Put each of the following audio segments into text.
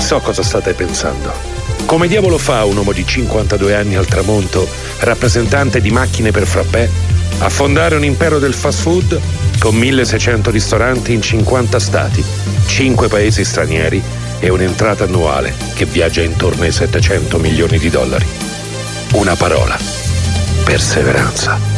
So cosa state pensando. Come diavolo fa un uomo di 52 anni al tramonto, rappresentante di macchine per frappè, a fondare un impero del fast food con 1600 ristoranti in 50 stati, 5 paesi stranieri e un'entrata annuale che viaggia intorno ai 700 milioni di dollari? Una parola: perseveranza.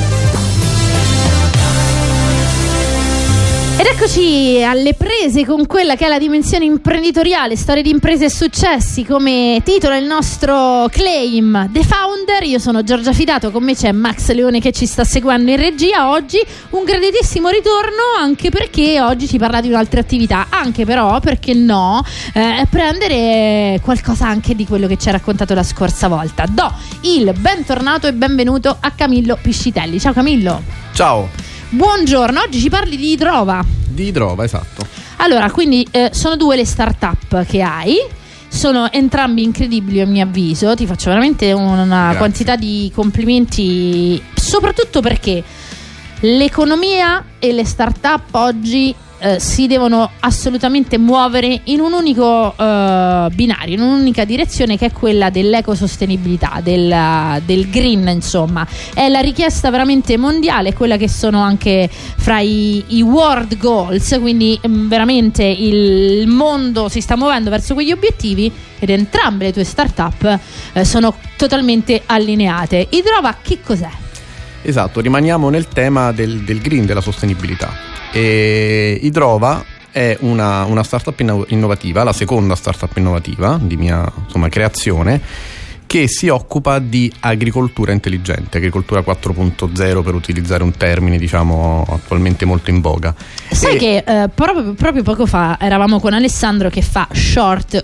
Ed eccoci alle prese con quella che è la dimensione imprenditoriale, storie di imprese e successi, come titola il nostro claim The Founder. Io sono Giorgia Fidato, con me c'è Max Leone che ci sta seguendo in regia. Oggi un graditissimo ritorno, anche perché oggi ci parla di un'altra attività, anche però, perché no, prendere qualcosa anche di quello che ci ha raccontato la scorsa volta. Do il bentornato e benvenuto a Camillo Piscitelli. Ciao Camillo. Ciao. Buongiorno, oggi ci parli di Idrova. Di Idrova, esatto. Allora, quindi sono 2 le start-up che hai, sono entrambi incredibili a mio avviso, ti faccio veramente una quantità di complimenti, soprattutto perché l'economia e le start-up oggi si devono assolutamente muovere in un unico binario, in un'unica direzione, che è quella dell'ecosostenibilità, del green, insomma. È la richiesta veramente mondiale, quella che sono anche fra i world goals, quindi veramente il mondo si sta muovendo verso quegli obiettivi ed entrambe le tue start-up sono totalmente allineate. Idrova che cos'è? Esatto, rimaniamo nel tema del green, della sostenibilità. E Idrova è una startup innovativa, la seconda startup innovativa di mia creazione, che si occupa di agricoltura intelligente, agricoltura 4.0, per utilizzare un termine attualmente molto in voga. Sai che proprio poco fa eravamo con Alessandro che fa Short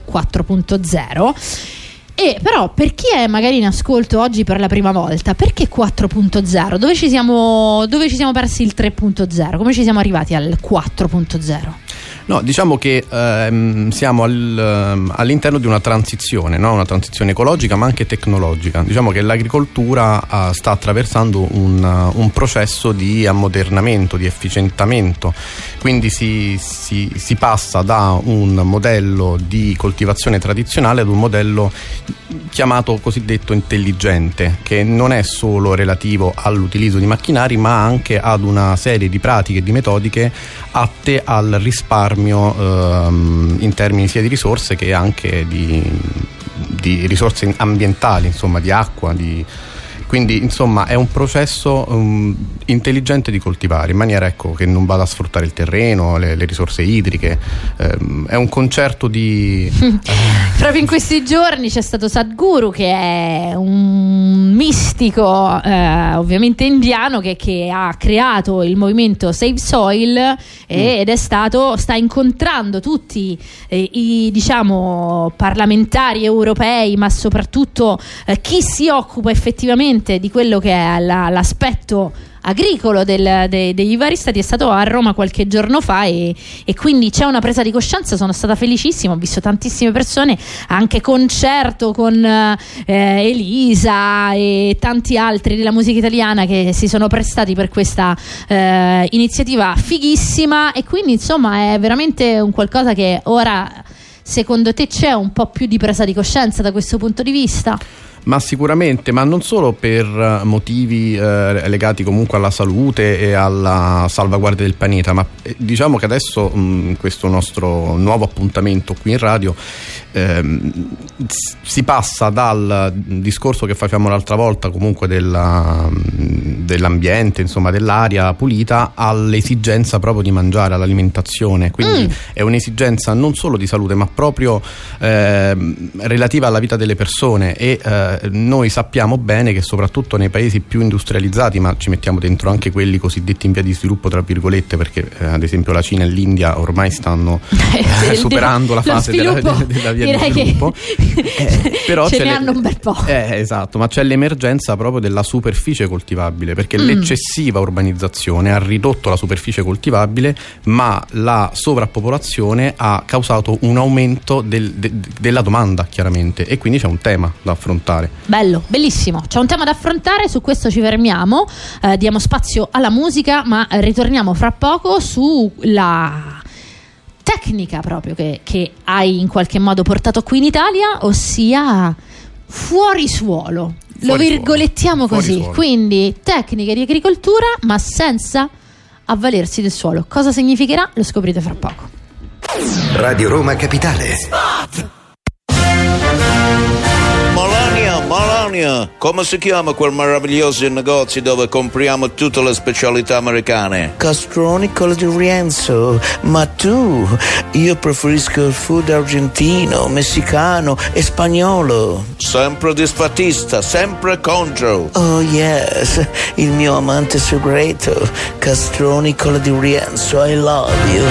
4.0. E però, per chi è magari in ascolto oggi per la prima volta, perché 4.0? Dove ci siamo persi il 3.0? Come ci siamo arrivati al 4.0? No, diciamo che siamo all'interno di una transizione, no? Una transizione ecologica ma anche tecnologica. Diciamo che l'agricoltura sta attraversando un processo di ammodernamento, di efficientamento, quindi si passa da un modello di coltivazione tradizionale ad un modello chiamato cosiddetto intelligente, che non è solo relativo all'utilizzo di macchinari ma anche ad una serie di pratiche e di metodiche atte al risparmio in termini sia di risorse che anche di risorse ambientali, di acqua, quindi è un processo intelligente di coltivare in maniera che non vada a sfruttare il terreno, le risorse idriche. È un concerto di proprio in questi giorni c'è stato Sadhguru, che è un mistico ovviamente indiano che ha creato il movimento Save Soil ed sta incontrando tutti i parlamentari europei, ma soprattutto chi si occupa effettivamente di quello che è l'aspetto agricolo degli vari stati. È stato a Roma qualche giorno fa e quindi c'è una presa di coscienza. Sono stata felicissima, ho visto tantissime persone, anche concerto con Elisa e tanti altri della musica italiana che si sono prestati per questa iniziativa fighissima, e quindi è veramente un qualcosa che ora, secondo te, c'è un po' più di presa di coscienza da questo punto di vista? Ma sicuramente, ma non solo per motivi legati comunque alla salute e alla salvaguardia del pianeta, ma diciamo che adesso questo nostro nuovo appuntamento qui in radio si passa dal discorso che facciamo l'altra volta comunque dell'ambiente, dell'aria pulita, all'esigenza proprio di mangiare, all'alimentazione. Quindi è un'esigenza non solo di salute ma proprio relativa alla vita delle persone, e noi sappiamo bene che soprattutto nei paesi più industrializzati, ma ci mettiamo dentro anche quelli cosiddetti in via di sviluppo tra virgolette, perché ad esempio la Cina e l'India ormai stanno superando la fase della via di sviluppo, però ce ne hanno un bel po'. Esatto, ma c'è l'emergenza proprio della superficie coltivabile, perché l'eccessiva urbanizzazione ha ridotto la superficie coltivabile, ma la sovrappopolazione ha causato un aumento della domanda, chiaramente, e quindi c'è un tema da affrontare. Bello, bellissimo, c'è un tema da affrontare, su questo ci fermiamo, diamo spazio alla musica, ma ritorniamo fra poco sulla tecnica proprio che hai in qualche modo portato qui in Italia, ossia fuori suolo. Lo virgolettiamo così, quindi tecniche di agricoltura ma senza avvalersi del suolo. Cosa significherà? Lo scoprirete fra poco. Radio Roma Capitale. Spot! Melania, come si chiama quel meraviglioso negozio dove compriamo tutte le specialità americane? Gastronomico di Rienzo, ma tu? Io preferisco il food argentino, messicano e spagnolo. Sempre disfattista, sempre contro. Oh yes, il mio amante segreto, Gastronomico di Rienzo, I love you.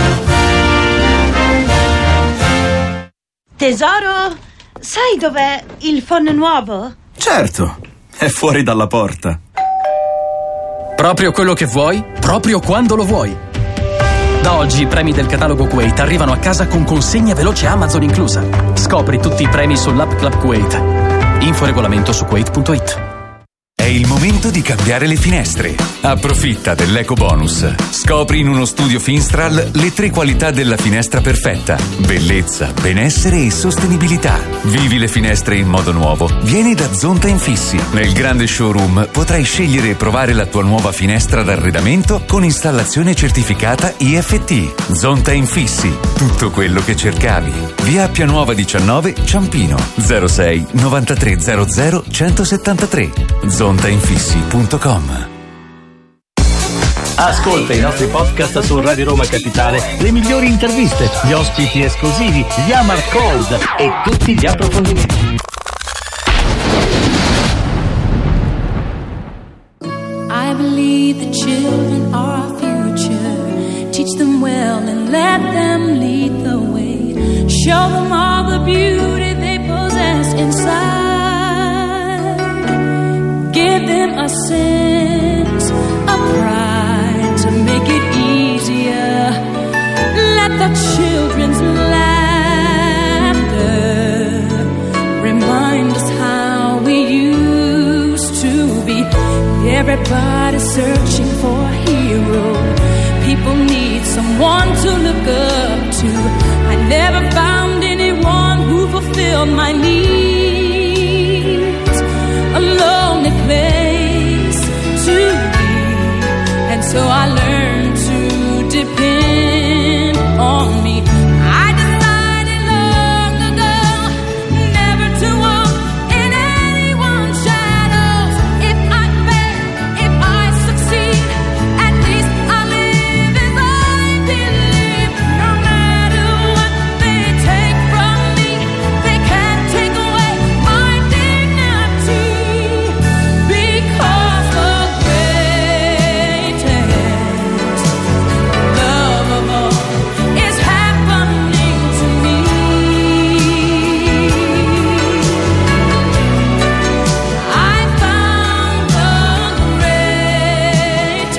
Tesoro, sai dov'è il phon nuovo? Certo, è fuori dalla porta. Proprio quello che vuoi, proprio quando lo vuoi. Da oggi i premi del catalogo Kuwait arrivano a casa con consegna veloce Amazon inclusa. Scopri tutti i premi sull'app Club Kuwait. Info regolamento su kuwait.it. È il momento di cambiare le finestre. Approfitta dell'eco bonus. Scopri in uno studio Finstral le 3 qualità della finestra perfetta: bellezza, benessere e sostenibilità. Vivi le finestre in modo nuovo. Vieni da Zonta Infissi. Nel grande showroom potrai scegliere e provare la tua nuova finestra d'arredamento con installazione certificata IFT. Zonta Infissi. Tutto quello che cercavi. Via Appia Nuova 19, Ciampino. 06 9300 173. zontainfissi.com. Ascolta i nostri podcast su Radio Roma Capitale, le migliori interviste, gli ospiti esclusivi, gli Amar Cold e tutti gli approfondimenti. I believe the children are our future. Teach them well and let them lead the way. Show them all the beauty they possess inside. Give them a sense of pride to make it easier. Let the children's laughter remind us how we used to be. Everybody's searching for a hero. People need someone to look up to. I never found anyone who fulfilled my needs. A lonely place to be, and so I learned to depend on me. I decided long ago never to walk in anyone's shadows. If I fail, if I succeed, at least I live as I believe. No matter what they take from me, they can't take away my dignity. Because the greatest love of all is happening to me. I found the greatest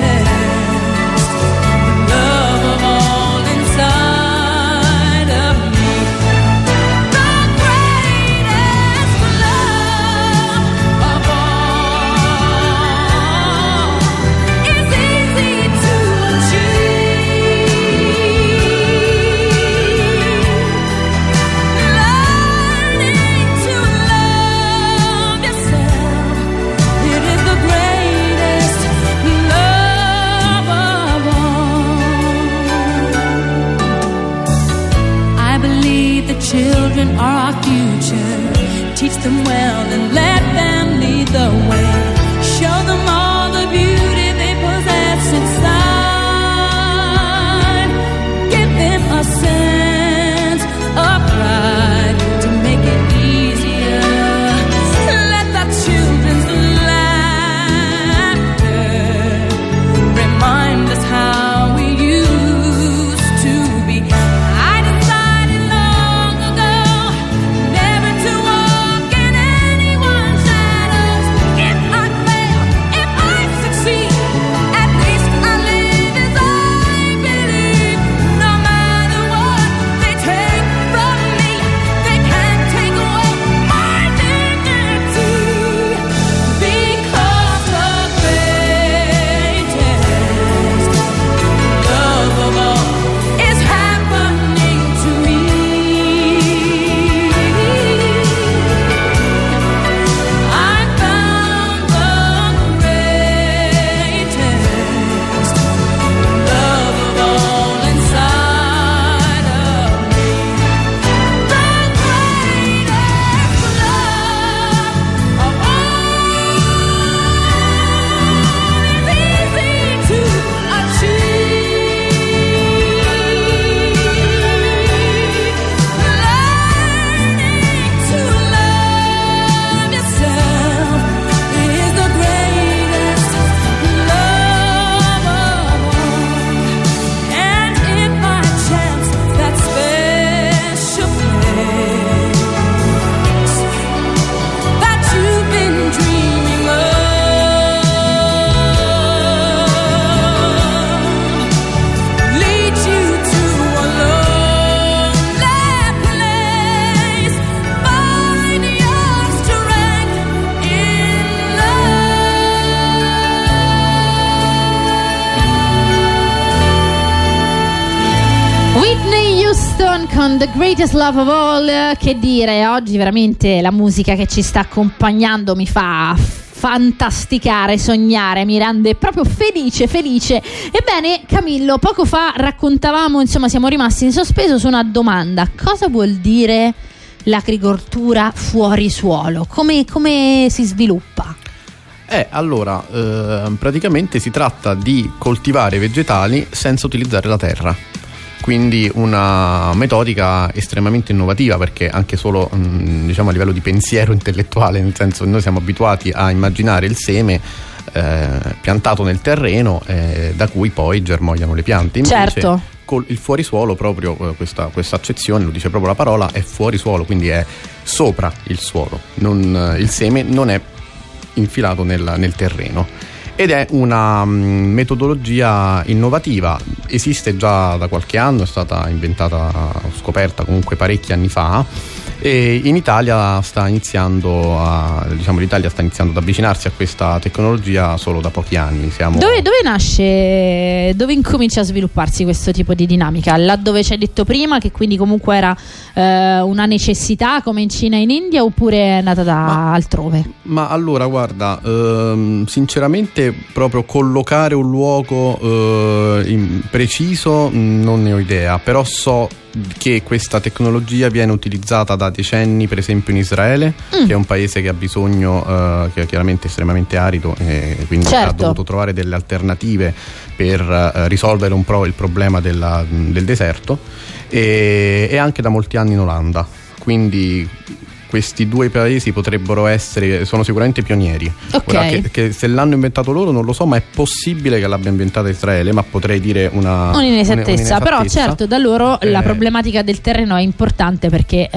love of all inside of me. The greatest love of all is easy to achieve. Learning to love yourself, it is the greatest love of all. I believe the children are our future. Teach them well and let them lead the way. Show them all the beauty they possess inside. Give them a sense of pride to make it easier. Let the children's laughter remind us how we used to be. I decided long ago never to walk in anyone's shadows. If I fail, if I succeed, at least I live as I believe. No matter what John con The Greatest Love of All. Che dire, oggi veramente la musica che ci sta accompagnando mi fa fantasticare, sognare, mi rende proprio felice. Ebbene, Camillo, poco fa raccontavamo, insomma, siamo rimasti in sospeso su una domanda: cosa vuol dire l'agricoltura fuori suolo? Come si sviluppa? Allora, praticamente si tratta di coltivare vegetali senza utilizzare la terra. Quindi una metodica estremamente innovativa, perché anche solo diciamo a livello di pensiero intellettuale, nel senso che noi siamo abituati a immaginare il seme piantato nel terreno da cui poi germogliano le piante. Invece, certo, il fuorisuolo, proprio questa accezione, lo dice proprio la parola, è fuorisuolo, quindi è sopra il suolo, il seme non è infilato nel terreno. Ed è una metodologia innovativa, esiste già da qualche anno, è stata scoperta comunque parecchi anni fa, e in Italia l'Italia sta iniziando ad avvicinarsi a questa tecnologia solo da pochi anni. Dove nasce, dove incomincia a svilupparsi questo tipo di dinamica? Laddove ci hai detto prima che quindi comunque era una necessità, come in Cina e in India, oppure è nata da altrove? Ma allora, guarda, sinceramente proprio collocare un luogo preciso non ne ho idea, però so che questa tecnologia viene utilizzata da decenni, per esempio in Israele, che è un paese che ha bisogno, che è chiaramente estremamente arido, quindi ha dovuto trovare delle alternative per risolvere un po' il problema del deserto, e anche da molti anni in Olanda. Quindi questi due paesi sono sicuramente pionieri. Ora, che se l'hanno inventato loro non lo so, ma è possibile che l'abbia inventata Israele, ma potrei dire un'inesattezza. Però certo, da loro la problematica del terreno è importante, perché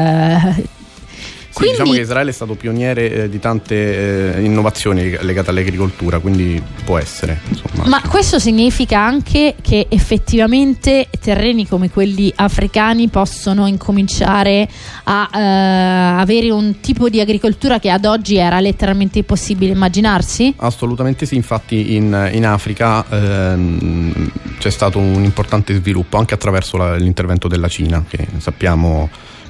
quindi, diciamo che Israele è stato pioniere di tante innovazioni legate all'agricoltura, quindi può essere, insomma. Ma questo significa anche che effettivamente terreni come quelli africani possono incominciare a avere un tipo di agricoltura che ad oggi era letteralmente impossibile immaginarsi? Assolutamente sì, infatti in Africa c'è stato un importante sviluppo anche attraverso l'intervento della Cina, che sappiamo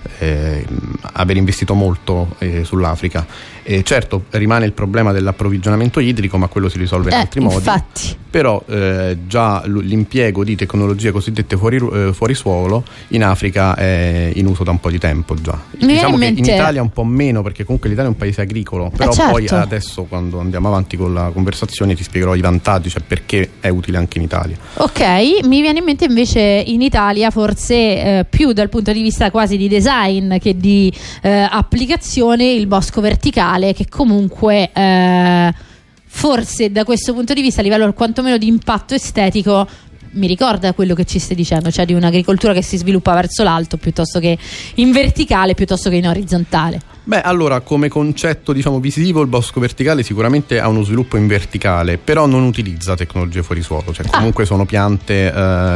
aver investito molto sull'Africa. Certo, rimane il problema dell'approvvigionamento idrico, ma quello si risolve in altri modi. Infatti. Però già l'impiego di tecnologie cosiddette fuori suolo in Africa è in uso da un po' di tempo già. Diciamo che in Italia un po' meno, perché comunque l'Italia è un paese agricolo, però poi adesso, quando andiamo avanti con la conversazione, ti spiegherò i vantaggi, cioè perché è utile anche in Italia. Ok, mi viene in mente invece in Italia, forse più dal punto di vista quasi di design che di applicazione, il bosco verticale, che comunque forse da questo punto di vista, a livello quantomeno di impatto estetico, mi ricorda quello che ci stai dicendo, cioè di un'agricoltura che si sviluppa verso l'alto piuttosto che in verticale, piuttosto che in orizzontale. Beh, allora, come concetto, diciamo, visivo, il bosco verticale sicuramente ha uno sviluppo in verticale, però non utilizza tecnologie fuori suolo, cioè comunque sono piante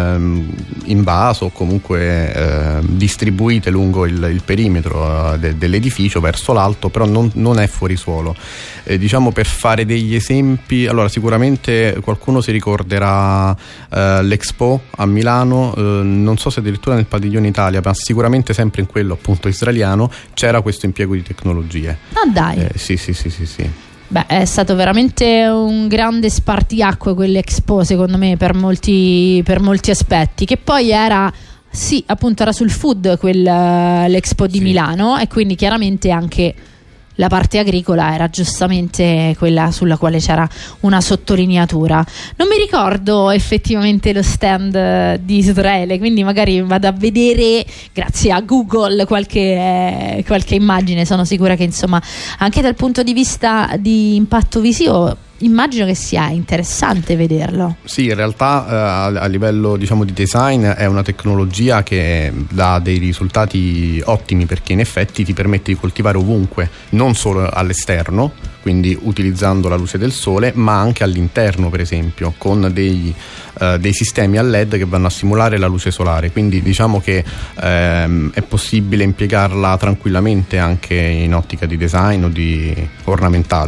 in vaso o comunque distribuite lungo il perimetro dell'edificio verso l'alto, però non è fuori suolo. Diciamo, per fare degli esempi, allora sicuramente qualcuno si ricorderà l'Expo a Milano, non so se addirittura nel Padiglione Italia, ma sicuramente sempre in quello appunto israeliano c'era questo impiego di tecnologie. Ah, dai. Sì. Beh, è stato veramente un grande spartiacque quell'Expo, secondo me, per molti aspetti, che poi era sul food l'Expo di Milano, e quindi chiaramente anche la parte agricola era giustamente quella sulla quale c'era una sottolineatura. Non mi ricordo effettivamente lo stand di Israele, quindi magari vado a vedere, grazie a Google, qualche immagine. Sono sicura che, insomma, anche dal punto di vista di impatto visivo, immagino che sia interessante vederlo. Sì, in realtà a livello, diciamo, di design è una tecnologia che dà dei risultati ottimi, perché in effetti ti permette di coltivare ovunque, non solo all'esterno, quindi utilizzando la luce del sole, ma anche all'interno, per esempio, con dei sistemi a LED che vanno a simulare la luce solare. Quindi diciamo che è possibile impiegarla tranquillamente anche in ottica di design o di ornamentale.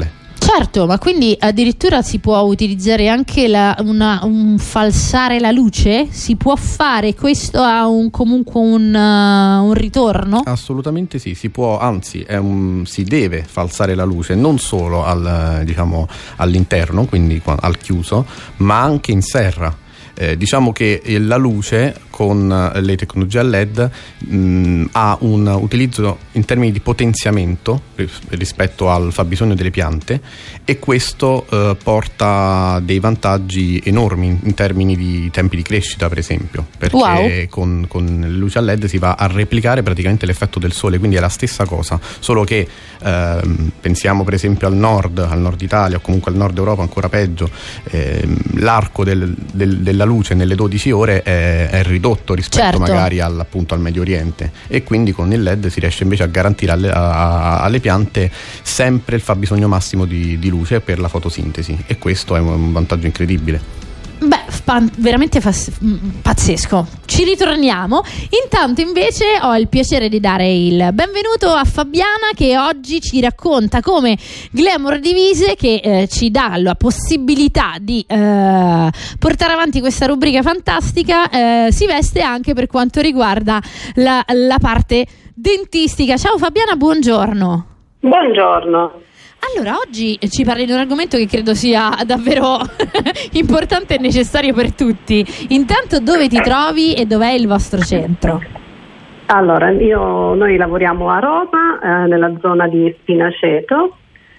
Certo, ma quindi addirittura si può utilizzare anche un falsare la luce? Si può fare? Questo ha comunque un ritorno? Assolutamente sì, si può, anzi si deve falsare la luce non solo all'interno, quindi al chiuso, ma anche in serra. Diciamo che la luce con le tecnologie a LED ha un utilizzo in termini di potenziamento rispetto al fabbisogno delle piante, e questo porta dei vantaggi enormi in termini di tempi di crescita, per esempio, perché con le luci a LED si va a replicare praticamente l'effetto del sole, quindi è la stessa cosa, solo che pensiamo per esempio al nord Italia, o comunque al nord Europa ancora peggio, l'arco della luce nelle 12 ore è ridotto rispetto magari al Medio Oriente, e quindi con il LED si riesce invece a garantire alle piante sempre il fabbisogno massimo di luce per la fotosintesi, e questo è un vantaggio incredibile. Veramente pazzesco. Ci ritorniamo. Intanto invece ho il piacere di dare il benvenuto a Fabiana, che oggi ci racconta come Glamour Divise, che ci dà la possibilità di portare avanti questa rubrica fantastica, si veste anche per quanto riguarda la parte dentistica. Ciao Fabiana, buongiorno. Buongiorno. Allora, oggi ci parli di un argomento che credo sia davvero importante e necessario per tutti. Intanto, dove ti trovi e dov'è il vostro centro? Allora, noi lavoriamo a Roma, nella zona di Spinaceto,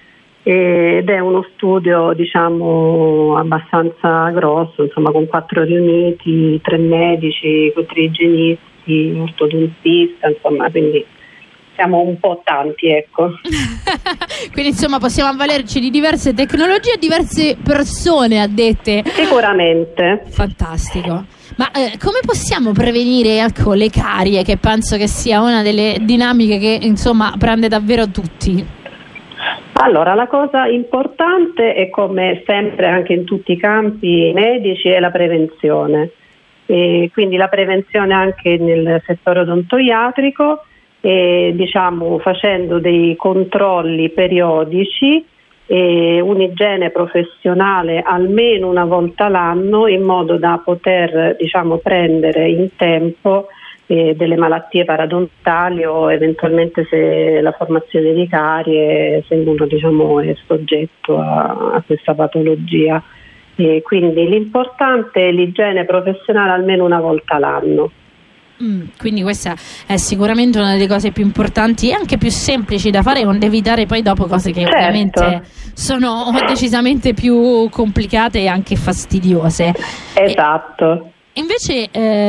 ed è uno studio, diciamo, abbastanza grosso, insomma, con 4 riuniti, 3 medici, 3 igienisti, un ortodontista, insomma, quindi siamo un po' tanti, ecco. Quindi insomma possiamo avvalerci di diverse tecnologie e diverse persone addette. Sicuramente. Fantastico. Ma come possiamo prevenire, ecco, le carie, che penso che sia una delle dinamiche che insomma prende davvero tutti? Allora, la cosa importante è, come sempre anche in tutti i campi medici, è la prevenzione. E quindi la prevenzione anche nel settore odontoiatrico, diciamo facendo dei controlli periodici e un'igiene professionale almeno una volta l'anno, in modo da poter, diciamo, prendere in tempo delle malattie paradontali, o eventualmente se la formazione di carie, se uno, diciamo, è soggetto a questa patologia. Quindi l'importante è l'igiene professionale almeno una volta l'anno. Quindi questa è sicuramente una delle cose più importanti e anche più semplici da fare, onde evitare poi dopo cose che ovviamente sono decisamente più complicate e anche fastidiose. Esatto. Invece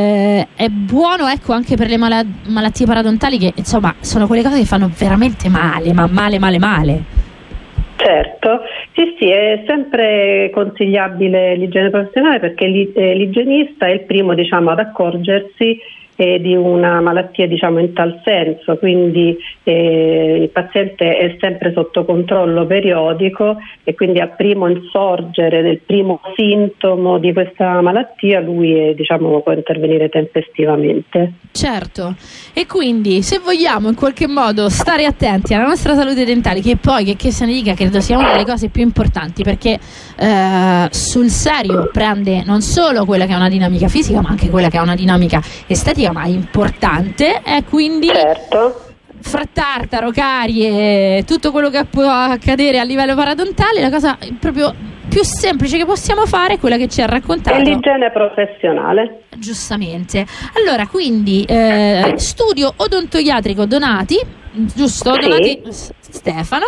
è buono, ecco, anche per le malattie paradontali, che insomma sono quelle cose che fanno veramente male, ma male. Certo, sì, è sempre consigliabile l'igiene professionale, perché l'igienista è il primo, diciamo, ad accorgersi di una malattia, diciamo, in tal senso, quindi il paziente è sempre sotto controllo periodico, e quindi al primo insorgere del primo sintomo di questa malattia lui diciamo, può intervenire tempestivamente. Certo, e quindi se vogliamo in qualche modo stare attenti alla nostra salute dentale, che poi che se ne dica credo sia una delle cose più importanti, perché sul serio prende non solo quella che è una dinamica fisica, ma anche quella che è una dinamica estetica, ma importante, e quindi fra tartaro, carie, tutto quello che può accadere a livello paradontale, la cosa proprio più semplice che possiamo fare è quella che ci ha raccontato. È l'igiene professionale. Giustamente. Allora, quindi studio odontoiatrico Donati, giusto? Sì. Donati Stefano.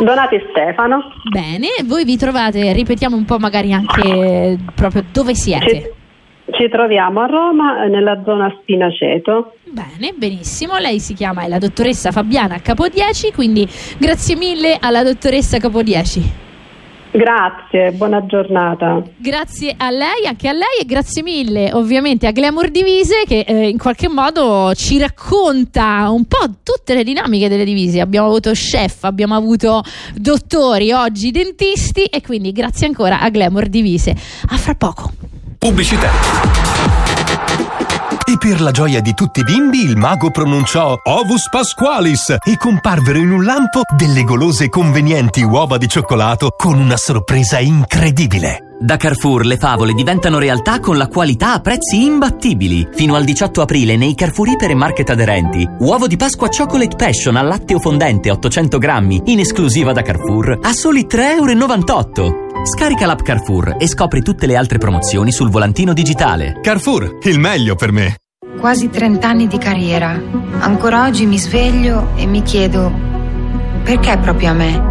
Bene, voi vi trovate, ripetiamo un po' magari anche proprio dove siete. Ci troviamo a Roma, nella zona Spinaceto. Bene, benissimo. Lei è la dottoressa Fabiana Capodieci, quindi grazie mille alla dottoressa Capodieci. Grazie, buona giornata. Grazie a lei, anche a lei, e grazie mille ovviamente a Glamour Divise, che in qualche modo ci racconta un po' tutte le dinamiche delle divise. Abbiamo avuto chef, abbiamo avuto dottori, oggi dentisti, e quindi grazie ancora a Glamour Divise. A fra poco. Pubblicità. E per la gioia di tutti i bimbi, il mago pronunciò Ovus Pasqualis e comparvero in un lampo delle golose e convenienti uova di cioccolato con una sorpresa incredibile. Da Carrefour le favole diventano realtà con la qualità a prezzi imbattibili. Fino al 18 aprile nei Carrefour Iper e Market aderenti. Uovo di Pasqua Chocolate Passion al latteo fondente 800 grammi in esclusiva da Carrefour a soli €3,98. Scarica l'app Carrefour e scopri tutte le altre promozioni sul volantino digitale. Carrefour, il meglio per me. Quasi 30 anni di carriera. Ancora oggi mi sveglio e mi chiedo: perché proprio a me?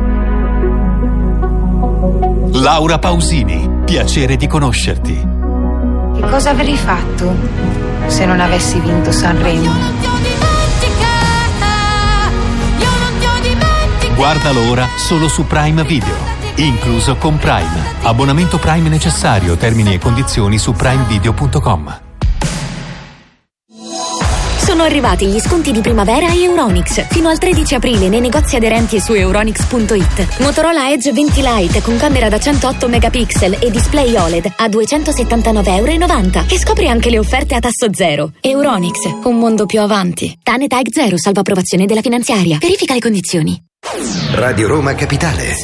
Laura Pausini, piacere di conoscerti. Che cosa avrei fatto se non avessi vinto Sanremo? Guardalo ora solo su Prime Video, incluso con Prime. Abbonamento Prime necessario, termini e condizioni su primevideo.com. Sono arrivati gli sconti di primavera a Euronics. Fino al 13 aprile nei negozi aderenti e su euronics.it. Motorola Edge 20 Lite con camera da 108 megapixel e display OLED a €279,90. E scopri anche le offerte a tasso zero. Euronics, un mondo più avanti. TAN e TAG 0, salvo approvazione della finanziaria. Verifica le condizioni. Radio Roma Capitale.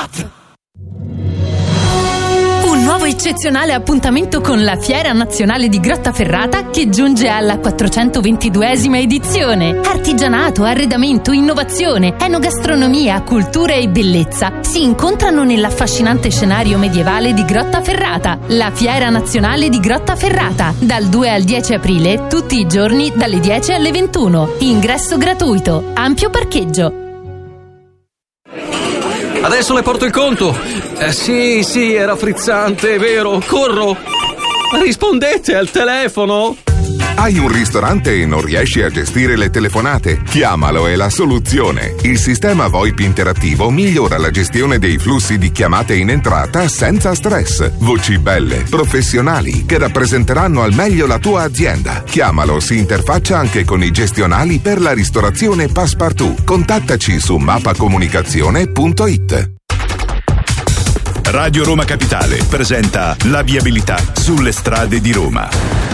Un nuovo eccezionale appuntamento con la Fiera Nazionale di Grottaferrata che giunge alla 422esima edizione. Artigianato, arredamento, innovazione, enogastronomia, cultura e bellezza si incontrano nell'affascinante scenario medievale di Grottaferrata. La Fiera Nazionale di Grottaferrata, dal 2 al 10 aprile, tutti i giorni dalle 10 alle 21. Ingresso gratuito, ampio parcheggio. Adesso le porto il conto. Sì, era frizzante, è vero. Corro. Rispondete al telefono. Hai un ristorante e non riesci a gestire le telefonate? Chiamalo, è la soluzione. Il sistema VoIP interattivo migliora la gestione dei flussi di chiamate in entrata senza stress. Voci belle, professionali, che rappresenteranno al meglio la tua azienda. Chiamalo, si interfaccia anche con i gestionali per la ristorazione Passepartout. Contattaci su mappacomunicazione.it. Radio Roma Capitale presenta la viabilità sulle strade di Roma.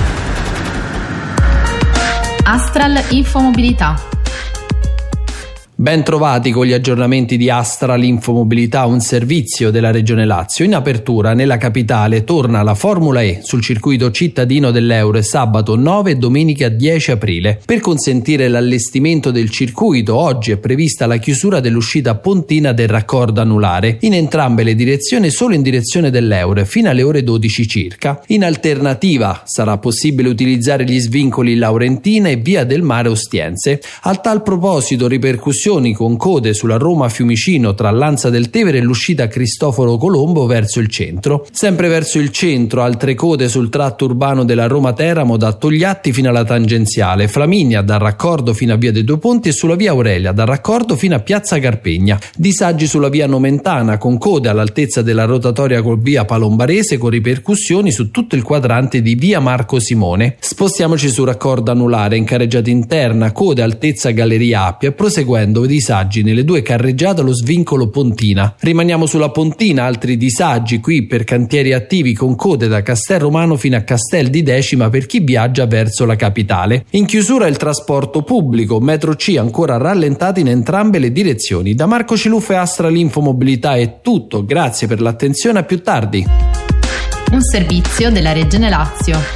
Astral Infomobilità. Ben trovati con gli aggiornamenti di Astral Infomobilità, un servizio della Regione Lazio. In apertura nella capitale torna la Formula E sul circuito cittadino dell'Euro sabato 9 e domenica 10 aprile. Per consentire l'allestimento del circuito oggi è prevista la chiusura dell'uscita pontina del raccordo anulare in entrambe le direzioni, solo in direzione dell'Euro fino alle ore 12 circa. In alternativa sarà possibile utilizzare gli svincoli Laurentina e Via del Mare Ostiense. A tal proposito ripercussioni con code sulla Roma Fiumicino tra Lanza del Tevere e l'uscita Cristoforo Colombo verso il centro. Sempre verso il centro altre code sul tratto urbano della Roma Teramo da Togliatti fino alla tangenziale, Flaminia dal raccordo fino a Via dei Due Ponti e sulla Via Aurelia dal raccordo fino a Piazza Carpegna. Disagi sulla Via Nomentana con code all'altezza della rotatoria con Via Palombarese con ripercussioni su tutto il quadrante di Via Marco Simone. Spostiamoci sul raccordo anulare in carreggiata interna, code altezza Galleria Appia e proseguendo disagi nelle due carreggiate allo svincolo Pontina. Rimaniamo sulla Pontina, altri disagi qui per cantieri attivi con code da Castel Romano fino a Castel di Decima per chi viaggia verso la capitale. In chiusura il trasporto pubblico, metro C ancora rallentati in entrambe le direzioni. Da Marco Ciluffa e Astral Infomobilità è tutto, grazie per l'attenzione, a più tardi. Un servizio della Regione Lazio.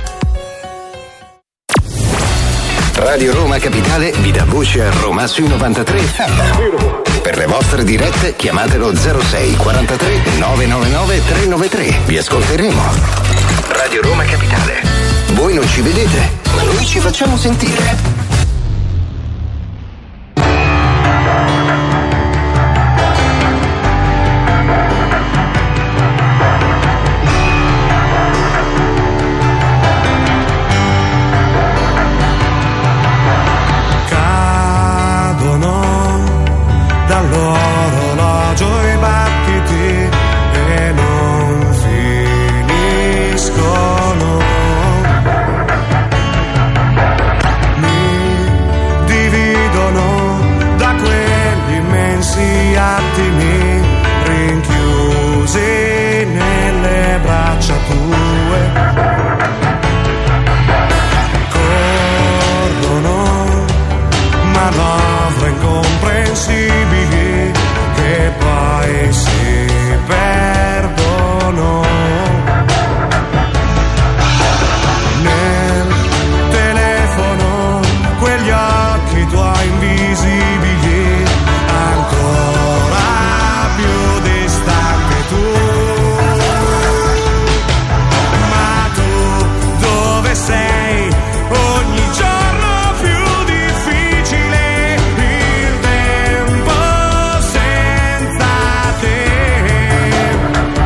Radio Roma Capitale vi dà voce a Roma sui 93. Per le vostre dirette chiamatelo 06 43 999 393. Vi ascolteremo. Radio Roma Capitale. Voi non ci vedete, ma noi ci facciamo sentire. Dall'orologio i battiti e non finiscono. Mi invisibili che poi si perdono nel telefono, quegli occhi tuoi invisibili, ancora più distante tu. Ma tu dove sei? Ogni giorno più difficile, il tempo senza te.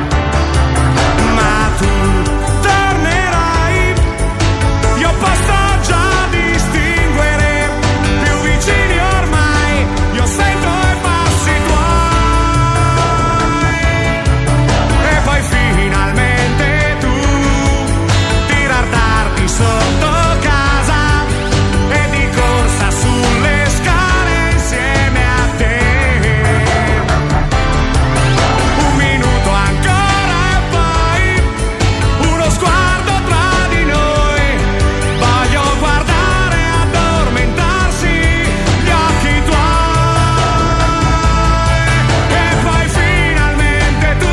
Ma tu tornerai, io posso già distinguere, più vicini ormai, io sento i passi tuoi. E poi finalmente tu tirar tardi sotto casa e di corsa sulle scale insieme a te. Un minuto ancora e poi uno sguardo tra di noi. Voglio guardare e addormentarsi gli occhi tuoi. E poi finalmente tu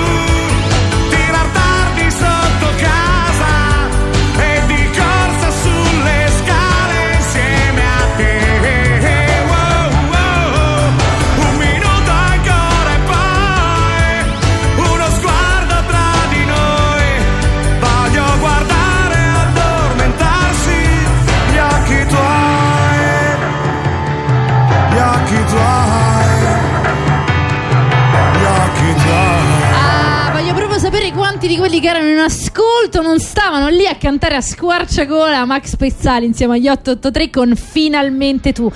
tirar tardi sotto casa e di corsa sulle scale insieme a te. Wow, wow. Un minuto ancora e poi uno sguardo tra di noi. Voglio guardare e addormentarsi gli occhi tuoi, gli occhi tuoi, gli occhi tuoi. Ah, voglio proprio sapere quanti di quelli che erano in ascolto non stavano lì a cantare a squarciagola Max Pezzali insieme agli 883 con Finalmente tu.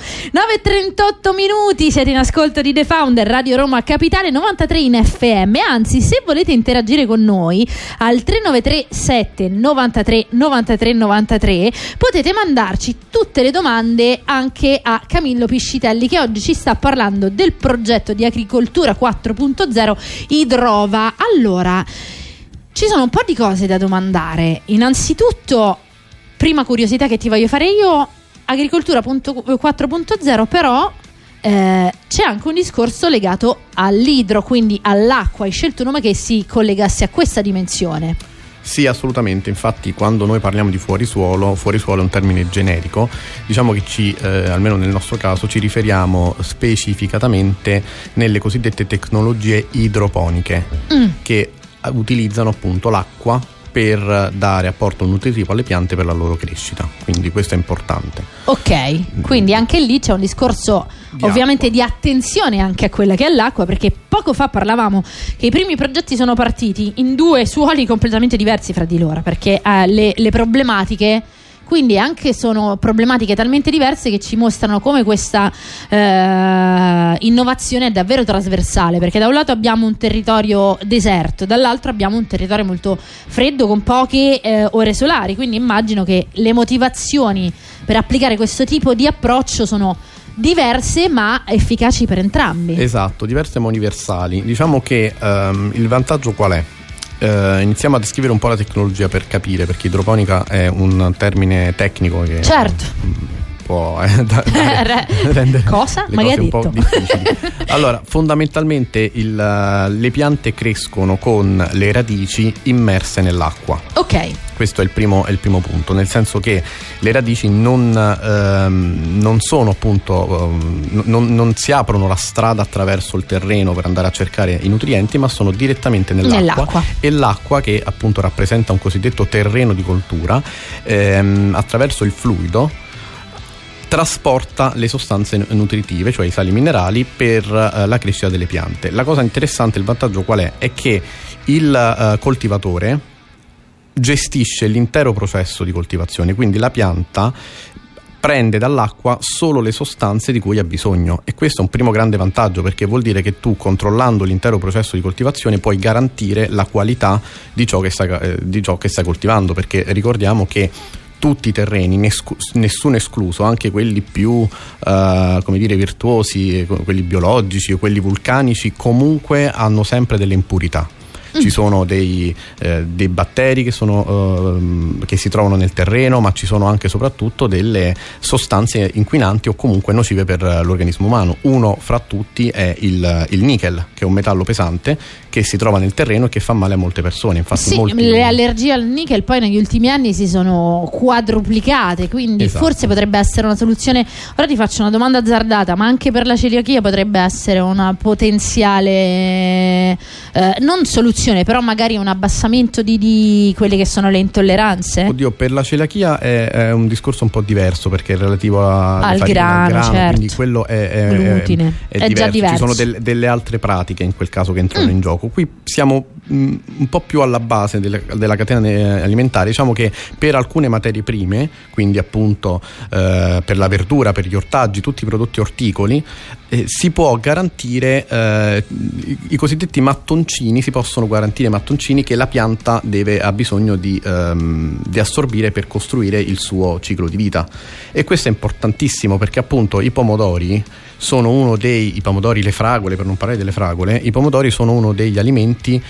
9:38 minuti, siete in ascolto di The Founder, Radio Roma Capitale 93 in FM. Anzi, se volete interagire con noi al 393 7 93 93 93 potete mandarci tutte le domande anche a Camillo Piscitelli, che oggi ci sta parlando del progetto di agricoltura 4.0 Idrova. Allora, ci sono un po' di cose da domandare. Innanzitutto, prima curiosità che ti voglio fare io, agricoltura 4.0, però c'è anche un discorso legato all'idro, quindi all'acqua. Hai scelto un nome che si collegasse a questa dimensione. Sì, assolutamente. Infatti, quando noi parliamo di fuorisuolo è un termine generico. Diciamo che almeno nel nostro caso, ci riferiamo specificatamente nelle cosiddette tecnologie idroponiche, che utilizzano appunto l'acqua per dare apporto nutritivo alle piante per la loro crescita. Quindi questo è importante. Ok, quindi anche lì c'è un discorso ovviamente di attenzione anche a quella che è l'acqua, perché poco fa parlavamo che i primi progetti sono partiti in due suoli completamente diversi fra di loro, perché le problematiche quindi anche sono problematiche talmente diverse che ci mostrano come questa innovazione è davvero trasversale, perché da un lato abbiamo un territorio deserto, dall'altro abbiamo un territorio molto freddo con poche ore solari, quindi immagino che le motivazioni per applicare questo tipo di approccio sono diverse ma efficaci per entrambi. Esatto, diverse ma universali. Diciamo che il vantaggio qual è? Iniziamo a descrivere un po' la tecnologia per capire, perché idroponica è un termine tecnico che può rendere cosa? le Ma cose che hai un po' detto? difficili. Allora, fondamentalmente le piante crescono con le radici immerse nell'acqua. Ok. Questo è il primo punto, nel senso che le radici non sono appunto non si aprono la strada attraverso il terreno per andare a cercare i nutrienti, ma sono direttamente nell'acqua. E l'acqua, che appunto rappresenta un cosiddetto terreno di coltura, attraverso il fluido trasporta le sostanze nutritive, cioè i sali minerali, per la crescita delle piante. La cosa interessante, il vantaggio qual è? È che il coltivatore gestisce l'intero processo di coltivazione, quindi la pianta prende dall'acqua solo le sostanze di cui ha bisogno, e questo è un primo grande vantaggio, perché vuol dire che tu, controllando l'intero processo di coltivazione, puoi garantire la qualità di ciò che stai coltivando, perché ricordiamo che tutti i terreni, nessuno escluso, anche quelli più virtuosi, quelli biologici o quelli vulcanici, comunque hanno sempre delle impurità. Ci sono dei batteri che si trovano nel terreno, ma ci sono anche soprattutto delle sostanze inquinanti o comunque nocive per l'organismo umano. Uno fra tutti è il nickel, che è un metallo pesante che si trova nel terreno e che fa male a molte persone. Infatti le allergie al nickel poi negli ultimi anni si sono quadruplicate, quindi forse potrebbe essere una soluzione. Ora ti faccio una domanda azzardata, ma anche per la celiachia potrebbe essere una potenziale non soluzione, però magari un abbassamento di quelle che sono le intolleranze? Oddio, per la celiachia è un discorso un po' diverso, perché è relativo al grano, certo. Quindi quello è glutine, è già diverso. Ci sono delle altre pratiche in quel caso che entrano in gioco. Qui siamo un po' più alla base della catena alimentare. Diciamo che per alcune materie prime, quindi appunto per la verdura, per gli ortaggi, tutti i prodotti orticoli, si può garantire i cosiddetti mattoncini, si possono garantire mattoncini che la pianta ha bisogno di assorbire per costruire il suo ciclo di vita. E questo è importantissimo, perché appunto i pomodori sono i pomodori, le fragole, per non parlare delle fragole, i pomodori sono uno degli alimenti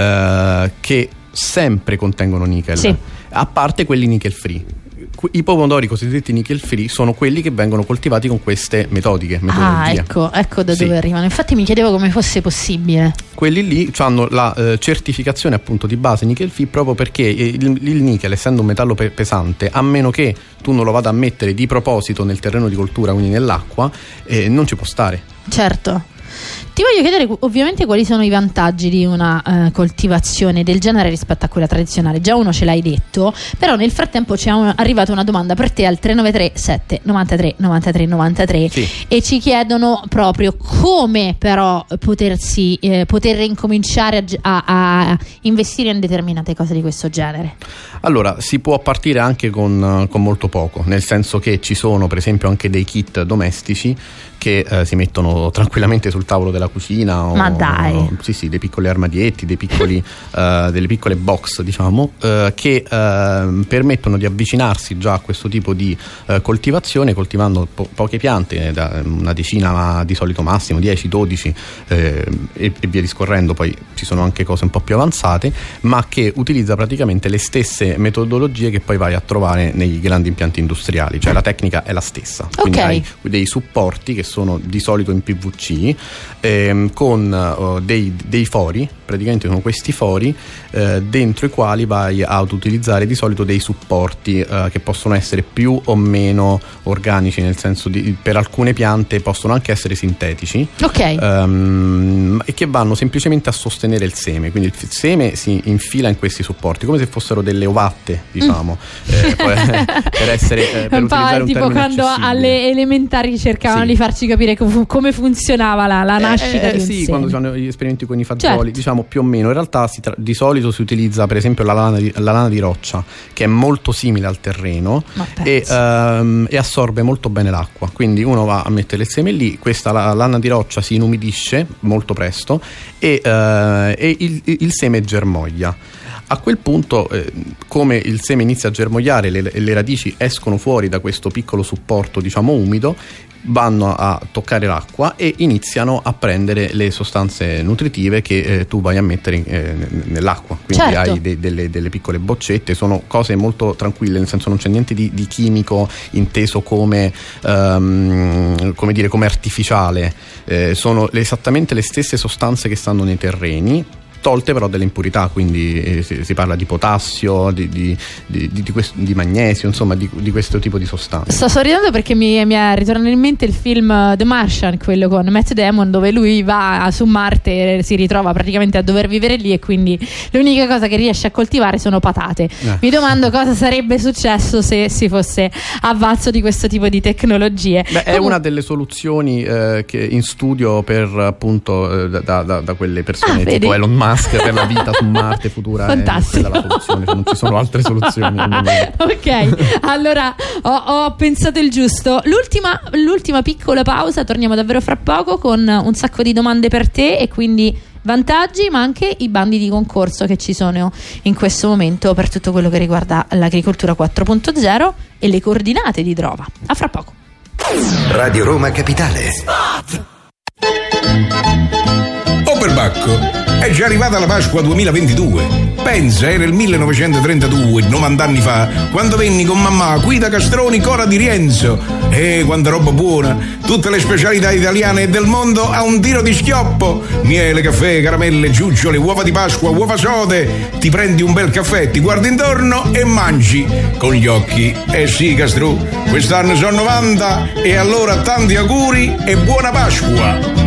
che sempre contengono nickel, a parte quelli nickel free. I pomodori cosiddetti nickel free sono quelli che vengono coltivati con queste metodologie. Ecco da dove arrivano. Infatti mi chiedevo come fosse possibile. Quelli lì hanno la certificazione appunto di base nickel free, proprio perché il nickel, essendo un metallo pesante, a meno che tu non lo vada a mettere di proposito nel terreno di coltura, quindi nell'acqua, non ci può stare. Certo. Ti voglio chiedere ovviamente quali sono i vantaggi di una coltivazione del genere rispetto a quella tradizionale. Già uno ce l'hai detto, però nel frattempo ci è arrivata una domanda per te al 393 793 93 93 e ci chiedono proprio come però poter incominciare a investire in determinate cose di questo genere. Allora, si può partire anche con molto poco, nel senso che ci sono per esempio anche dei kit domestici che si mettono tranquillamente sul tavolo della cucina. Ma dai! Sì, dei piccoli armadietti, delle piccole box, diciamo, che permettono di avvicinarsi già a questo tipo di coltivazione, coltivando poche piante, una decina di solito massimo, 10, 12 e via discorrendo. Poi ci sono anche cose un po' più avanzate, ma che utilizza praticamente le stesse metodologie che poi vai a trovare nei grandi impianti industriali, cioè la tecnica è la stessa. Quindi hai dei supporti che sono di solito in PVC, con dei fori, praticamente sono questi fori dentro i quali vai ad utilizzare di solito dei supporti che possono essere più o meno organici, nel senso per alcune piante possono anche essere sintetici, e che vanno semplicemente a sostenere il seme. Quindi il seme si infila in questi supporti come se fossero delle ovatte, diciamo, per utilizzare un tipo quando alle elementari cercavano di farci capire come funzionava la nascita di un seme. Quando si fanno gli esperimenti con i fagioli, diciamo più o meno. In realtà di solito si utilizza per esempio la lana di roccia, che è molto simile al terreno e assorbe molto bene l'acqua. Quindi uno va a mettere il seme lì, la lana di roccia si inumidisce molto presto e il seme germoglia. A quel punto, come il seme inizia a germogliare, le radici escono fuori da questo piccolo supporto, diciamo umido, vanno a toccare l'acqua e iniziano a prendere le sostanze nutritive che tu vai a mettere nell'acqua. Quindi hai delle piccole boccette, sono cose molto tranquille, nel senso non c'è niente di chimico inteso come artificiale, sono esattamente le stesse sostanze che stanno nei terreni, tolte però delle impurità, quindi si parla di potassio, di magnesio, insomma di questo tipo di sostanze. Sto ridendo perché mi è ritornato in mente il film The Martian, quello con Matt Damon, dove lui va su Marte e si ritrova praticamente a dover vivere lì e quindi l'unica cosa che riesce a coltivare sono patate. Mi domando cosa sarebbe successo se si fosse avvalso di questo tipo di tecnologie. È una delle soluzioni che in studio per appunto da quelle persone tipo Elon Musk per la vita su Marte futura. Fantastico. È quella la soluzione, non ci sono altre soluzioni. Ok, allora ho pensato il giusto. L'ultima piccola pausa, torniamo davvero fra poco con un sacco di domande per te e quindi vantaggi, ma anche i bandi di concorso che ci sono in questo momento per tutto quello che riguarda l'agricoltura 4.0 e le coordinate di Drova. A fra poco. Radio Roma Capitale. Operbacco È già arrivata la Pasqua 2022. Pensa, era il 1932, 90 anni fa, quando venni con mamma qui da Castroni, Cora di Rienzo. Quanta roba buona! Tutte le specialità italiane e del mondo a un tiro di schioppo. Miele, caffè, caramelle, giuggiole, uova di Pasqua, uova sode. Ti prendi un bel caffè, ti guardi intorno e mangi con gli occhi. Sì, Castrù, quest'anno sono 90 e allora tanti auguri e buona Pasqua!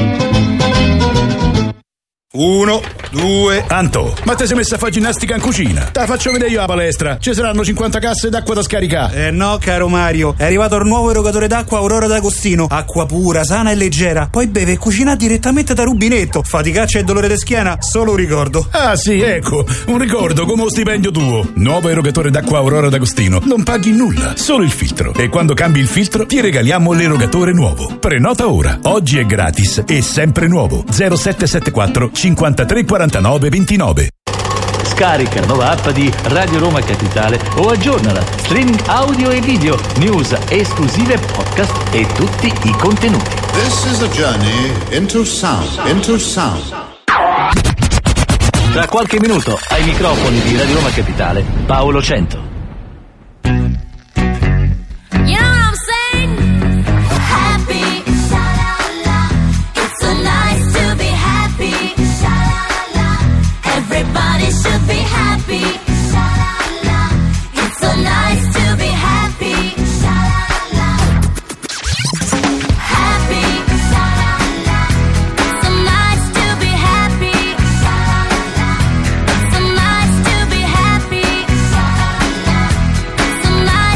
1, 2. Anto, ma te sei messa a fare ginnastica in cucina? Te la faccio vedere io alla palestra. Ci saranno 50 casse d'acqua da scaricare. No, caro Mario. È arrivato il nuovo erogatore d'acqua Aurora d'Agostino. Acqua pura, sana e leggera. Poi beve e cucina direttamente da rubinetto. Faticaccia e dolore di schiena, solo un ricordo. Ah sì, ecco, un ricordo come lo stipendio tuo. Nuovo erogatore d'acqua Aurora d'Agostino. Non paghi nulla, solo il filtro. E quando cambi il filtro ti regaliamo l'erogatore nuovo. Prenota ora. Oggi è gratis e sempre nuovo. 0774 53 49 29. Scarica la nuova app di Radio Roma Capitale o aggiornala. Streaming audio e video, news, esclusive podcast e tutti i contenuti. This is a journey into sound. Tra qualche minuto ai microfoni di Radio Roma Capitale, Paolo Cento. Some nights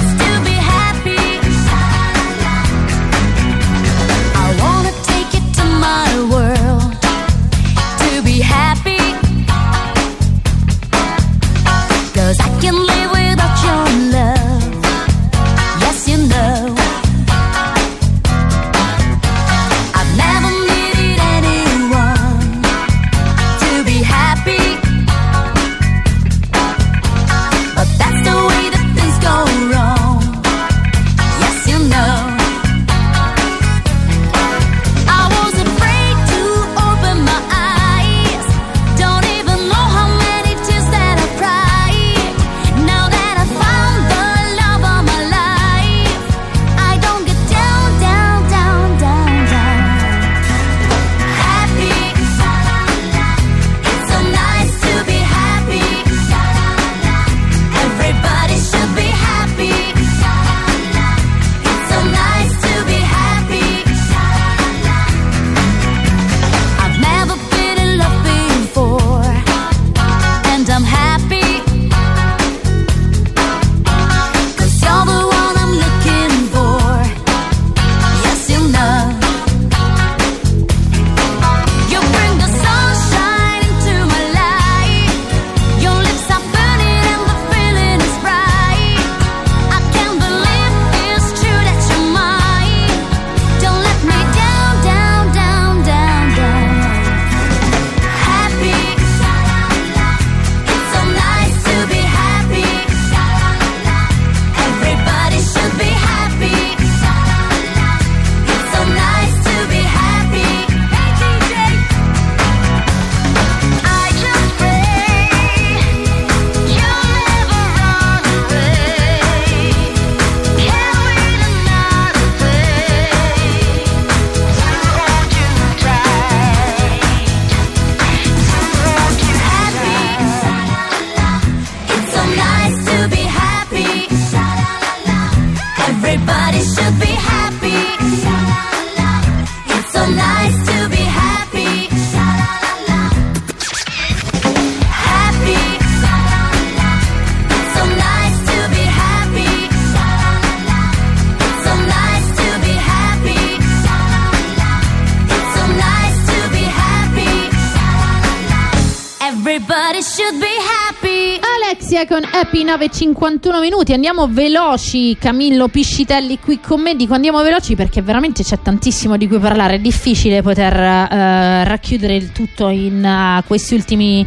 Everybody should be happy. Alexia con Happy 9:51 minuti. Andiamo veloci. Camillo Piscitelli qui con me. Dico andiamo veloci perché veramente c'è tantissimo di cui parlare. È difficile poter racchiudere il tutto in questi ultimi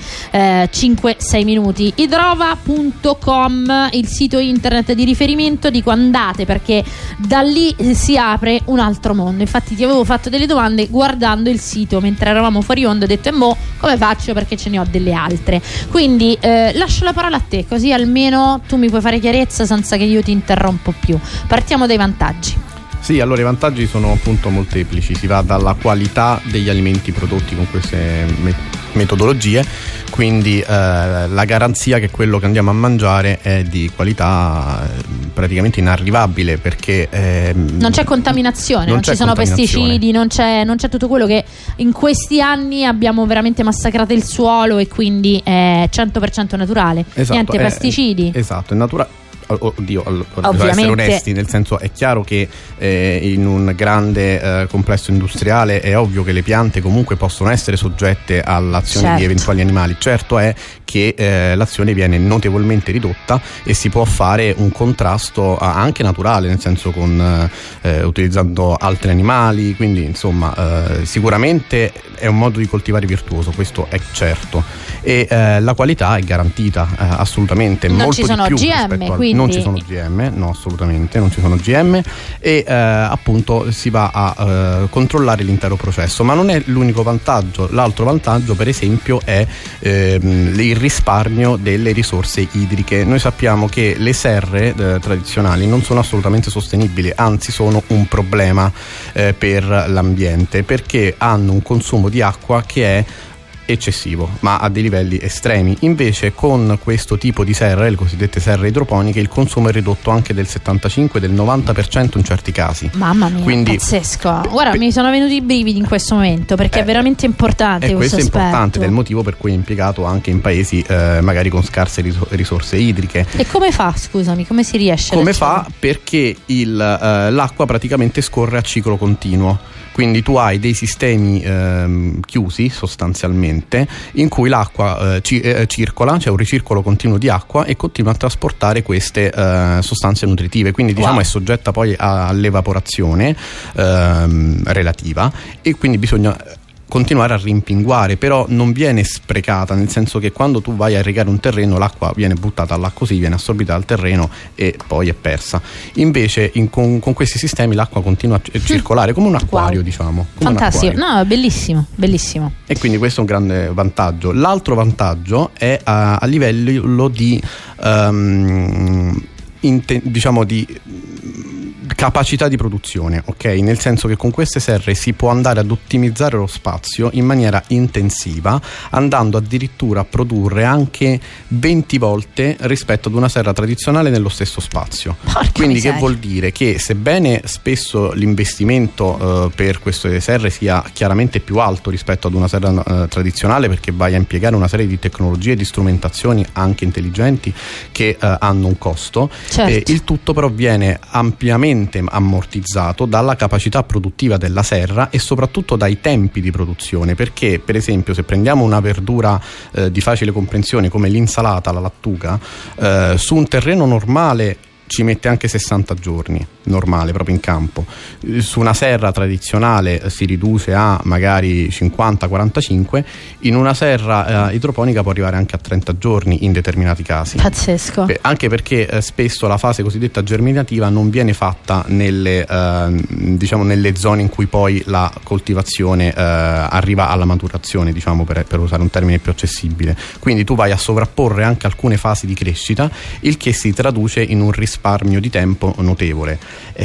5-6 minuti. Idrova.com, il sito internet di riferimento. Dico andate perché da lì si apre un altro mondo. Infatti ti avevo fatto delle domande guardando il sito mentre eravamo fuori onda. Ho detto come faccio, perché ce ne ho delle altre. Quindi lascio la parola a te, così almeno tu mi puoi fare chiarezza senza che io ti interrompo più. Partiamo dai vantaggi. Sì, allora i vantaggi sono appunto molteplici. Si va dalla qualità degli alimenti prodotti con queste metodologie, quindi la garanzia che quello che andiamo a mangiare è di qualità praticamente inarrivabile, perché non c'è contaminazione, non ci sono pesticidi, non c'è tutto quello che in questi anni abbiamo veramente massacrato il suolo, e quindi è 100% naturale. Esatto, niente pesticidi. Esatto, è naturale. Oddio, allora, Ovviamente. essere onesti, nel senso, è chiaro che in un grande complesso industriale è ovvio che le piante comunque possono essere soggette all'azione di eventuali animali. Certo è che l'azione viene notevolmente ridotta e si può fare un contrasto anche naturale, nel senso con utilizzando altri animali, quindi insomma sicuramente è un modo di coltivare virtuoso, questo è certo, e la qualità è garantita assolutamente, non molto ci sono di più OGM, quindi non ci sono GM, no, assolutamente non ci sono GM, e appunto si va a controllare l'intero processo. Ma non è l'unico vantaggio. L'altro vantaggio, per esempio, è il risparmio delle risorse idriche. Noi sappiamo che le serre tradizionali non sono assolutamente sostenibili, anzi sono un problema per l'ambiente, perché hanno un consumo di acqua che è eccessivo, ma a dei livelli estremi. Invece con questo tipo di serre, le cosiddette serre idroponiche, il consumo è ridotto anche del 75, del 90% in certi casi. Mamma mia, quindi, pazzesco. Guarda, mi sono venuti i brividi in questo momento, perché è veramente importante questo è aspetto. importante, ed è il motivo per cui è impiegato anche in paesi magari con scarse risorse idriche. E come fa, scusami, come si riesce? Come fa? Perché l'acqua praticamente scorre a ciclo continuo. Quindi tu hai dei sistemi chiusi sostanzialmente, in cui l'acqua circola, c'è un ricircolo continuo di acqua e continua a trasportare queste sostanze nutritive, quindi diciamo è soggetta poi all'evaporazione relativa, e quindi bisogna continuare a rimpinguare, però non viene sprecata, nel senso che quando tu vai a irrigare un terreno l'acqua viene buttata là così, viene assorbita dal terreno e poi è persa. Invece con questi sistemi l'acqua continua a circolare come un acquario, diciamo. Fantastico, no, bellissimo, bellissimo. E quindi questo è un grande vantaggio. L'altro vantaggio è a livello di diciamo di capacità di produzione, ok? Nel senso che con queste serre si può andare ad ottimizzare lo spazio in maniera intensiva, andando addirittura a produrre anche 20 volte rispetto ad una serra tradizionale nello stesso spazio. Quindi che vuol dire che, sebbene spesso l'investimento per queste serre sia chiaramente più alto rispetto ad una serra tradizionale, perché vai a impiegare una serie di tecnologie e di strumentazioni anche intelligenti che hanno un costo, il tutto però viene ampiamente ammortizzato dalla capacità produttiva della serra e soprattutto dai tempi di produzione, perché per esempio se prendiamo una verdura di facile comprensione come l'insalata, la lattuga, su un terreno normale ci mette anche 60 giorni, normale, proprio in campo. Su una serra tradizionale si riduce a magari 50-45, in una serra idroponica può arrivare anche a 30 giorni in determinati casi. Pazzesco. Anche perché spesso la fase cosiddetta germinativa non viene fatta nelle zone in cui poi la coltivazione arriva alla maturazione, diciamo, per usare un termine più accessibile. Quindi tu vai a sovrapporre anche alcune fasi di crescita, il che si traduce in un risparmio di tempo notevole.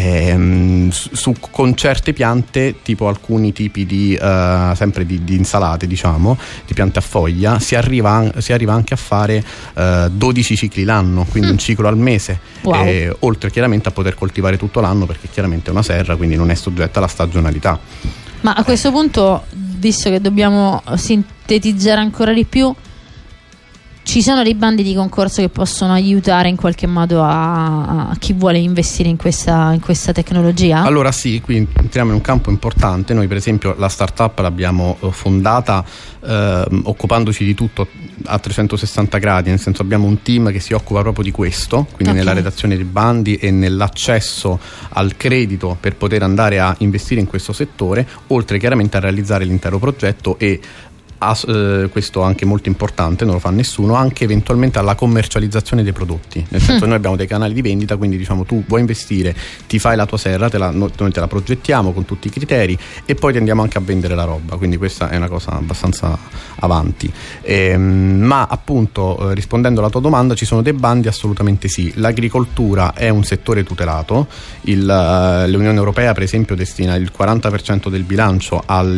Con certe piante, tipo alcuni tipi di sempre di insalate, diciamo, di piante a foglia, si arriva anche a fare 12 cicli l'anno, quindi un ciclo al mese. Wow. Oltre chiaramente a poter coltivare tutto l'anno, perché chiaramente è una serra, quindi non è soggetta alla stagionalità. Ma a questo punto, visto che dobbiamo sintetizzare ancora di più, ci sono dei bandi di concorso che possono aiutare in qualche modo a chi vuole investire in questa tecnologia? Allora sì, qui entriamo in un campo importante. Noi per esempio la startup l'abbiamo fondata occupandoci di tutto a 360 gradi, nel senso abbiamo un team che si occupa proprio di questo, quindi nella redazione dei bandi e nell'accesso al credito per poter andare a investire in questo settore, oltre chiaramente a realizzare l'intero progetto e questo anche molto importante, non lo fa nessuno, anche eventualmente alla commercializzazione dei prodotti, nel senso noi abbiamo dei canali di vendita, quindi diciamo tu vuoi investire, ti fai la tua serra, noi te la progettiamo con tutti i criteri e poi ti andiamo anche a vendere la roba, quindi questa è una cosa abbastanza avanti. Ma appunto rispondendo alla tua domanda, ci sono dei bandi? Assolutamente sì. L'agricoltura è un settore tutelato, l'Unione Europea per esempio destina il 40% del bilancio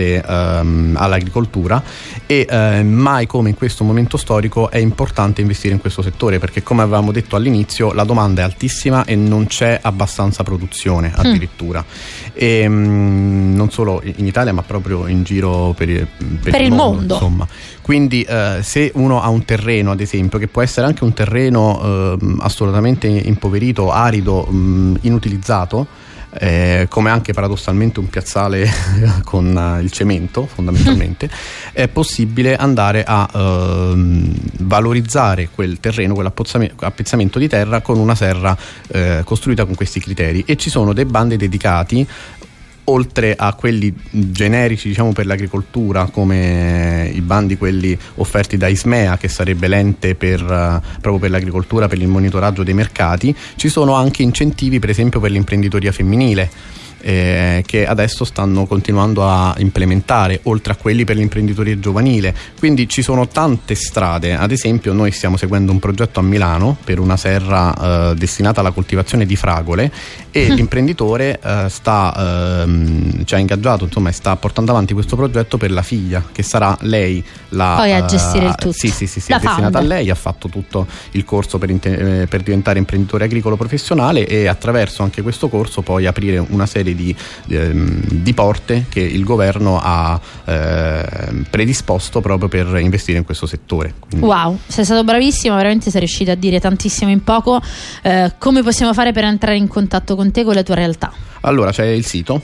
all'agricoltura e mai come in questo momento storico è importante investire in questo settore, perché come avevamo detto all'inizio la domanda è altissima e non c'è abbastanza produzione addirittura, e non solo in Italia ma proprio in giro per il mondo insomma. Quindi se uno ha un terreno ad esempio, che può essere anche un terreno assolutamente impoverito, arido, inutilizzato, come anche paradossalmente un piazzale con il cemento fondamentalmente, è possibile andare a valorizzare quel terreno, quell'appezzamento di terra con una serra costruita con questi criteri, e ci sono dei bandi dedicati oltre a quelli generici diciamo per l'agricoltura, come i bandi quelli offerti da Ismea, che sarebbe l'ente proprio per l'agricoltura, per il monitoraggio dei mercati. Ci sono anche incentivi per esempio per l'imprenditoria femminile, che adesso stanno continuando a implementare, oltre a quelli per l'imprenditoria giovanile. Quindi ci sono tante strade. Ad esempio noi stiamo seguendo un progetto a Milano per una serra destinata alla coltivazione di fragole, e l'imprenditore ci ha ingaggiato, insomma, e sta portando avanti questo progetto per la figlia, che sarà lei poi a gestire il tutto. Sì, è destinata a lei, ha fatto tutto il corso per diventare imprenditore agricolo professionale, e attraverso anche questo corso poi aprire una serie di porte che il governo ha predisposto proprio per investire in questo settore. Quindi... Wow, sei stato bravissimo, veramente sei riuscito a dire tantissimo in poco. Come possiamo fare per entrare in contatto con te, con la tua realtà? Allora c'è il sito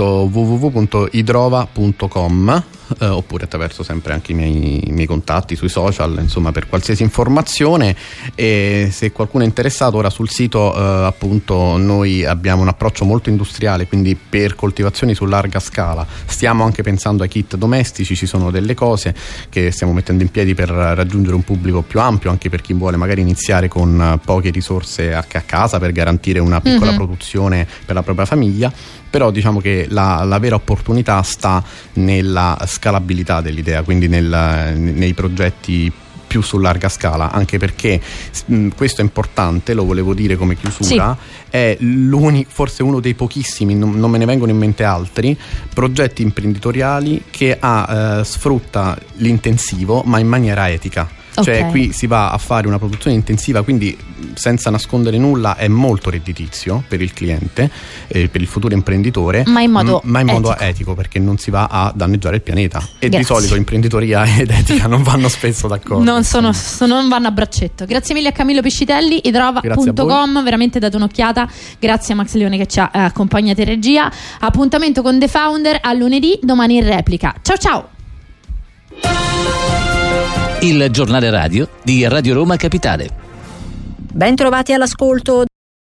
www.idrova.com, oppure attraverso sempre anche i miei contatti sui social, insomma, per qualsiasi informazione. E se qualcuno è interessato, ora sul sito appunto noi abbiamo un approccio molto industriale, quindi per coltivazioni su larga scala. Stiamo anche pensando ai kit domestici, ci sono delle cose che stiamo mettendo in piedi per raggiungere un pubblico più ampio, anche per chi vuole magari iniziare con poche risorse a casa per garantire una piccola produzione per la propria famiglia. Però diciamo che la vera opportunità sta nella scalabilità dell'idea, quindi nei progetti più su larga scala, anche perché questo è importante, lo volevo dire come chiusura, è forse uno dei pochissimi, non me ne vengono in mente altri, progetti imprenditoriali che sfrutta l'intensivo ma in maniera etica. Cioè qui si va a fare una produzione intensiva, quindi senza nascondere nulla è molto redditizio per il cliente, per il futuro imprenditore, ma in modo etico, perché non si va a danneggiare il pianeta. E di solito imprenditoria ed etica non vanno spesso d'accordo. Non vanno a braccetto. Grazie mille a Camillo Piscitelli, idrova.com, veramente date un'occhiata. Grazie a Max Leone che ci ha accompagnato in regia. Appuntamento con The Founder a lunedì, domani in replica. Ciao ciao. Il giornale radio di Radio Roma Capitale. Ben trovati all'ascolto.